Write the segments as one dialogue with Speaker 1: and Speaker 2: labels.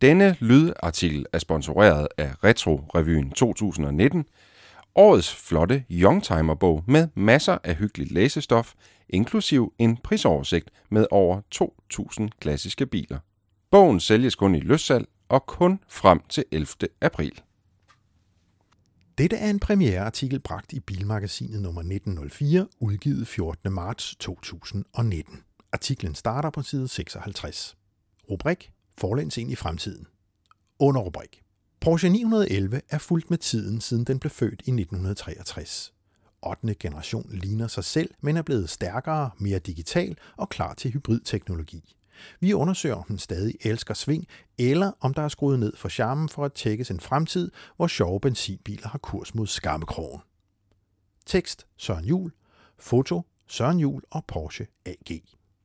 Speaker 1: Denne lydartikel er sponsoreret af Retro-revyen 2019, årets flotte Youngtimer-bog med masser af hyggeligt læsestof, inklusiv en prisoversigt med over 2.000 klassiske biler. Bogen sælges kun i løssalg og kun frem til 11. april.
Speaker 2: Dette er en premiereartikel bragt i Bilmagasinet nummer 1904, udgivet 14. marts 2019. Artiklen starter på side 56. Rubrik: Forlæns ind i fremtiden. Underrubrik: Porsche 911 er fulgt med tiden, siden den blev født i 1963. 8. generation ligner sig selv, men er blevet stærkere, mere digital og klar til hybridteknologi. Vi undersøger, om den stadig elsker sving, eller om der er skruet ned for charmen for at tækkes en fremtid, hvor sjove benzinbiler har kurs mod skammekrogen. Tekst: Søren Juhl. Foto: Søren Juhl og Porsche AG.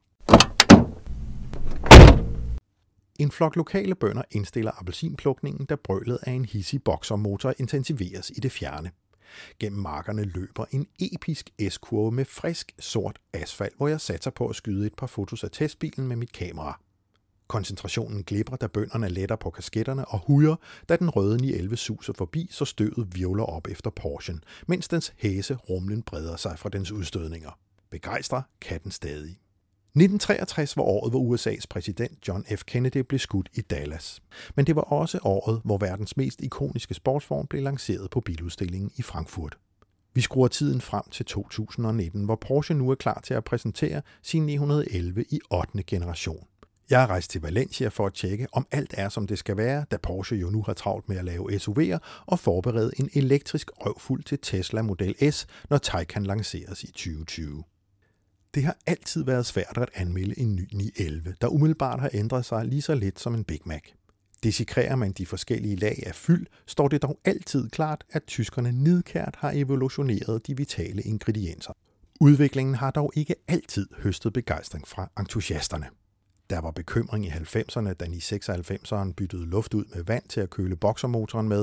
Speaker 2: En flok lokale bønder indstiller appelsinplukningen, da brølet af en hidsig boksermotor intensiveres i det fjerne. Gennem markerne løber en episk S-kurve med frisk, sort asfalt, hvor jeg satser på at skyde et par fotos af testbilen med mit kamera. Koncentrationen glipper, da bønderne letter på kasketterne og hujer, da den røde 911 suser forbi, så støvet virvler op efter Porschen, mens dens hæse rumlen breder sig fra dens udstødninger. Begejstrer kan den stadig. 1963 var året, hvor USA's præsident John F. Kennedy blev skudt i Dallas. Men det var også året, hvor verdens mest ikoniske sportsvogn blev lanceret på biludstillingen i Frankfurt. Vi skruer tiden frem til 2019, hvor Porsche nu er klar til at præsentere sin 911 i 8. generation. Jeg har rejst til Valencia for at tjekke, om alt er, som det skal være, da Porsche jo nu har travlt med at lave SUV'er og forberede en elektrisk røvfuld til Tesla Model S, når Taycan lanceres i 2020. Det har altid været svært at anmelde en ny 911, der umiddelbart har ændret sig lige så lidt som en Big Mac. Desikrerer man de forskellige lag af fyld, står det dog altid klart, at tyskerne nidkært har evolutioneret de vitale ingredienser. Udviklingen har dog ikke altid høstet begejstring fra entusiasterne. Der var bekymring i 90'erne, da 996'eren byttede luft ud med vand til at køle boksermotoren med.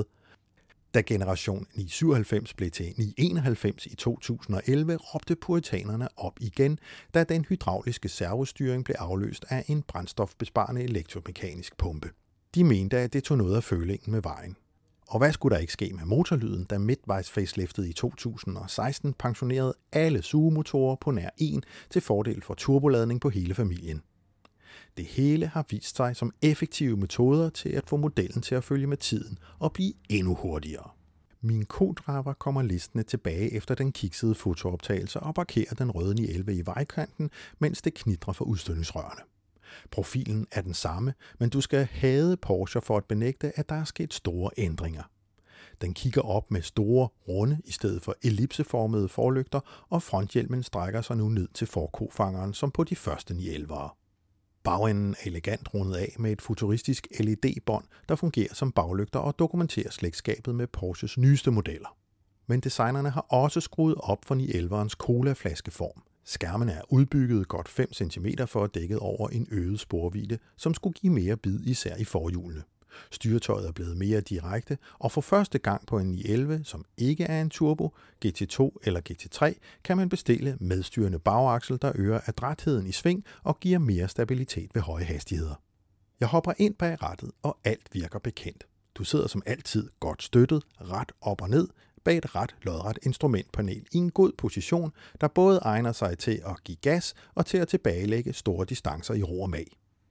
Speaker 2: Da generation 997 blev til 991 i 2011, råbte puritanerne op igen, da den hydrauliske servostyring blev afløst af en brændstofbesparende elektromekanisk pumpe. De mente, at det tog noget af følingen med vejen. Og hvad skulle der ikke ske med motorlyden, da midtvejs faceliftet i 2016 pensionerede alle sugemotorer på nær 1 til fordel for turboladning på hele familien. Det hele har vist sig som effektive metoder til at få modellen til at følge med tiden og blive endnu hurtigere. Min kodraver kommer listende tilbage efter den kiksede fotooptagelse og parkerer den røde 911 i vejkanten, mens det knitrer for udstødningsrørene. Profilen er den samme, men du skal hade Porsche for at benægte, at der er sket store ændringer. Den kigger op med store, runde i stedet for ellipseformede forlygter, og fronthjelmen strækker sig nu ned til forkofangeren som på de første 911'ere. Bagenden er elegant rundet af med et futuristisk LED-bånd, der fungerer som baglygter og dokumenterer slægtskabet med Porsches nyeste modeller. Men designerne har også skruet op for 911'erens colaflaskeform. Skærmen er udbygget godt 5 cm for at dække over en øget sporvidde, som skulle give mere bid især i forhjulene. Styretøjet er blevet mere direkte, og for første gang på en 911, som ikke er en turbo, GT2 eller GT3, kan man bestille medstyrende bagaksel, der øger adrætheden i sving og giver mere stabilitet ved høje hastigheder. Jeg hopper ind bag rattet, og alt virker bekendt. Du sidder som altid godt støttet, ret op og ned, bag et ret lodret instrumentpanel i en god position, der både egner sig til at give gas og til at tilbagelægge store distancer i ro og mag.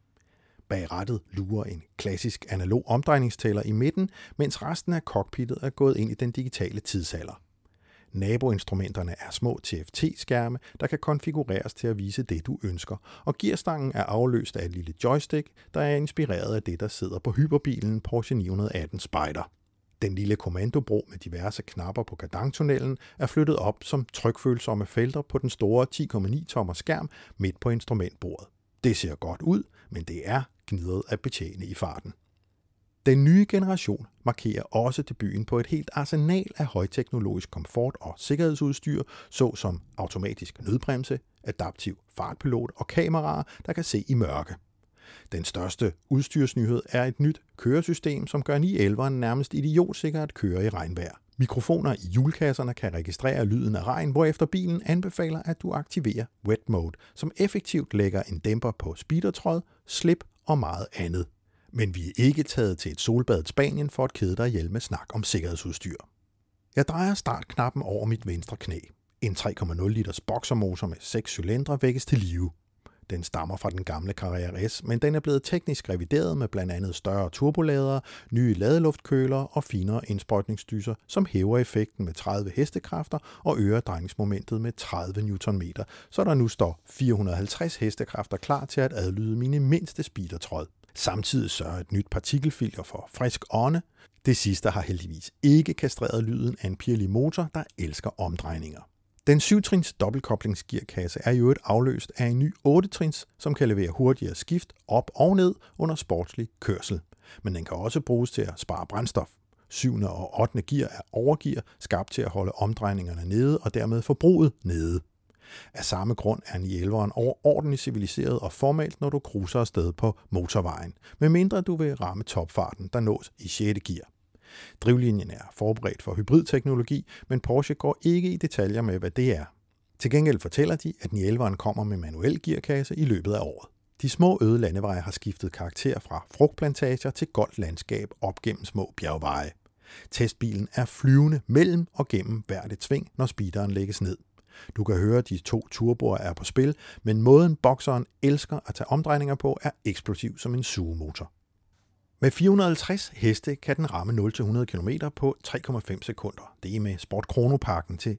Speaker 2: Bag rattet lurer en klassisk analog omdrejningstæller i midten, mens resten af cockpittet er gået ind i den digitale tidsalder. Naboinstrumenterne er små TFT-skærme, der kan konfigureres til at vise det, du ønsker, og gearstangen er afløst af et lille joystick, der er inspireret af det, der sidder på hyperbilen Porsche 918 Spyder. Den lille kommandobro med diverse knapper på kardantunnelen er flyttet op som trykfølsomme felter på den store 10,9-tommer skærm midt på instrumentbordet. Det ser godt ud, men det er gnidret at betjene i farten. Den nye generation markerer også debuten på et helt arsenal af højteknologisk komfort og sikkerhedsudstyr, såsom automatisk nødbremse, adaptiv fartpilot og kameraer, der kan se i mørke. Den største udstyrsnyhed er et nyt køresystem, som gør 911'eren nærmest idiotsikker at køre i regnvejr. Mikrofoner i hjulkasserne kan registrere lyden af regn, hvorefter bilen anbefaler, at du aktiverer Wet Mode, som effektivt lægger en dæmper på speedertråd, slip og meget andet. Men vi er ikke taget til et solbad i Spanien for at kede dig ihjel med snak om sikkerhedsudstyr. Jeg drejer startknappen over mit venstre knæ. En 3,0 liters boxermotor med 6 cylindre vækkes til live. Den stammer fra den gamle Carrera S, men den er blevet teknisk revideret med blandt andet større turboladere, nye ladeluftkølere og finere indsprøjtningsdyser, som hæver effekten med 30 hestekræfter og øger drejningsmomentet med 30 Nm, så der nu står 450 hestekræfter klar til at adlyde mine mindste speedertråd. Samtidig sørger et nyt partikelfilter for frisk ånde. Det sidste har heldigvis ikke kastreret lyden af en Pirelli motor, der elsker omdrejninger. Den 7-trins dobbeltkoblingsgearkasse er i øvrigt afløst af en ny 8-trins, som kan levere hurtigere skift op og ned under sportslig kørsel. Men den kan også bruges til at spare brændstof. 7. og 8. gear er overgear, skabt til at holde omdrejningerne nede og dermed forbruget nede. Af samme grund er 911'eren overordentligt civiliseret og formalt, når du cruiser afsted på motorvejen, medmindre du vil ramme topfarten, der nås i 6. gear. Drivlinjen er forberedt for hybridteknologi, men Porsche går ikke i detaljer med, hvad det er. Til gengæld fortæller de, at 911'eren kommer med manuel gearkasse i løbet af året. De små øde landeveje har skiftet karakter fra frugtplantager til goldt landskab op gennem små bjergveje. Testbilen er flyvende mellem og gennem hvert et sving, når speederen lægges ned. Du kan høre, at de 2 turboer er på spil, men måden bokseren elsker at tage omdrejninger på er eksplosiv som en sugemotor. Med 450 heste kan den ramme 0-100 km på 3,5 sekunder. Det er med Sport Chrono-pakken til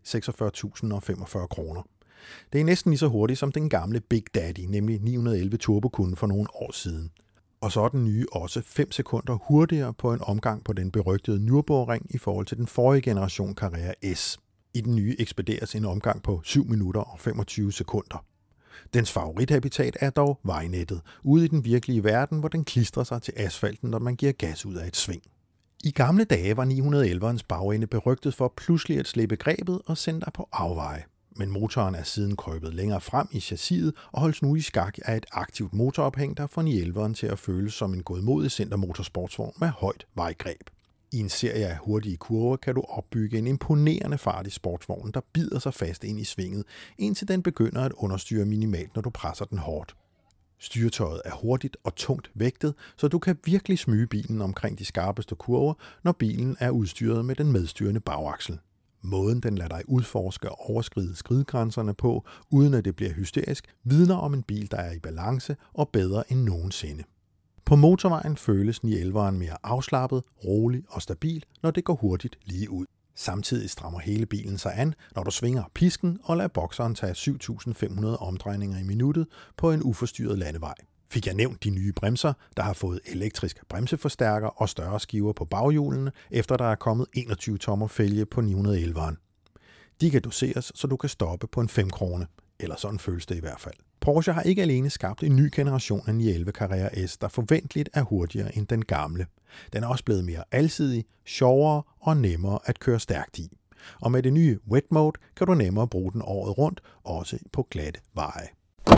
Speaker 2: 46.045 kroner. Det er næsten lige så hurtigt som den gamle Big Daddy, nemlig 911 Turbo kunne for nogle år siden. Og så er den nye også 5 sekunder hurtigere på en omgang på den berygtede Nürburgring i forhold til den forrige generation Carrera S. I den nye ekspederes en omgang på 7 minutter og 25 sekunder. Dens favorithabitat er dog vejnettet, ude i den virkelige verden, hvor den klistrer sig til asfalten, når man giver gas ud af et sving. I gamle dage var 911'ernes bagende berygtet for pludselig at slippe grebet og sende dig på afveje. Men motoren er siden krøbet længere frem i chassiset og holdes nu i skak af et aktivt motorophæng, der får 911'eren til at føles som en godmodig centermotorsportsvogn med højt vejgreb. I en serie af hurtige kurver kan du opbygge en imponerende fart i sportsvognen, der bider sig fast ind i svinget, indtil den begynder at understyre minimalt, når du presser den hårdt. Styretøjet er hurtigt og tungt vægtet, så du kan virkelig smyge bilen omkring de skarpeste kurver, når bilen er udstyret med den medstyrende bagaksel. Måden den lader dig udforske og overskride skridgrænserne på, uden at det bliver hysterisk, vidner om en bil, der er i balance og bedre end nogensinde. På motorvejen føles 911'eren mere afslappet, rolig og stabil, når det går hurtigt lige ud. Samtidig strammer hele bilen sig an, når du svinger pisken og lader bokseren tage 7.500 omdrejninger i minuttet på en uforstyrret landevej. Fik jeg nævnt de nye bremser, der har fået elektrisk bremseforstærker og større skiver på baghjulene, efter der er kommet 21 tommer fælge på 911'eren. De kan doseres, så du kan stoppe på en 5 krone, eller sådan føles det i hvert fald. Porsche har ikke alene skabt en ny generation af 911 Carrera S, der forventeligt er hurtigere end den gamle. Den er også blevet mere alsidig, sjovere og nemmere at køre stærkt i. Og med det nye Wet Mode kan du nemmere bruge den året rundt, også på glatte veje.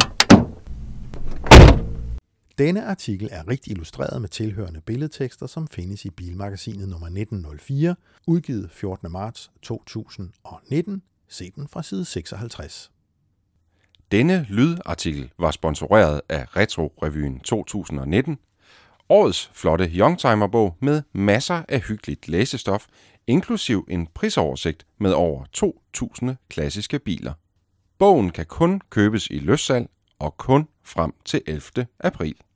Speaker 2: Denne artikel er rigt illustreret med tilhørende billedtekster, som findes i Bilmagasinet nummer 1904, udgivet 14. marts 2019, se den fra side 56.
Speaker 1: Denne lydartikel var sponsoreret af Retro-revyen 2019, årets flotte Youngtimer-bog med masser af hyggeligt læsestof, inklusiv en prisoversigt med over 2.000 klassiske biler. Bogen kan kun købes i løssalg og kun frem til 11. april.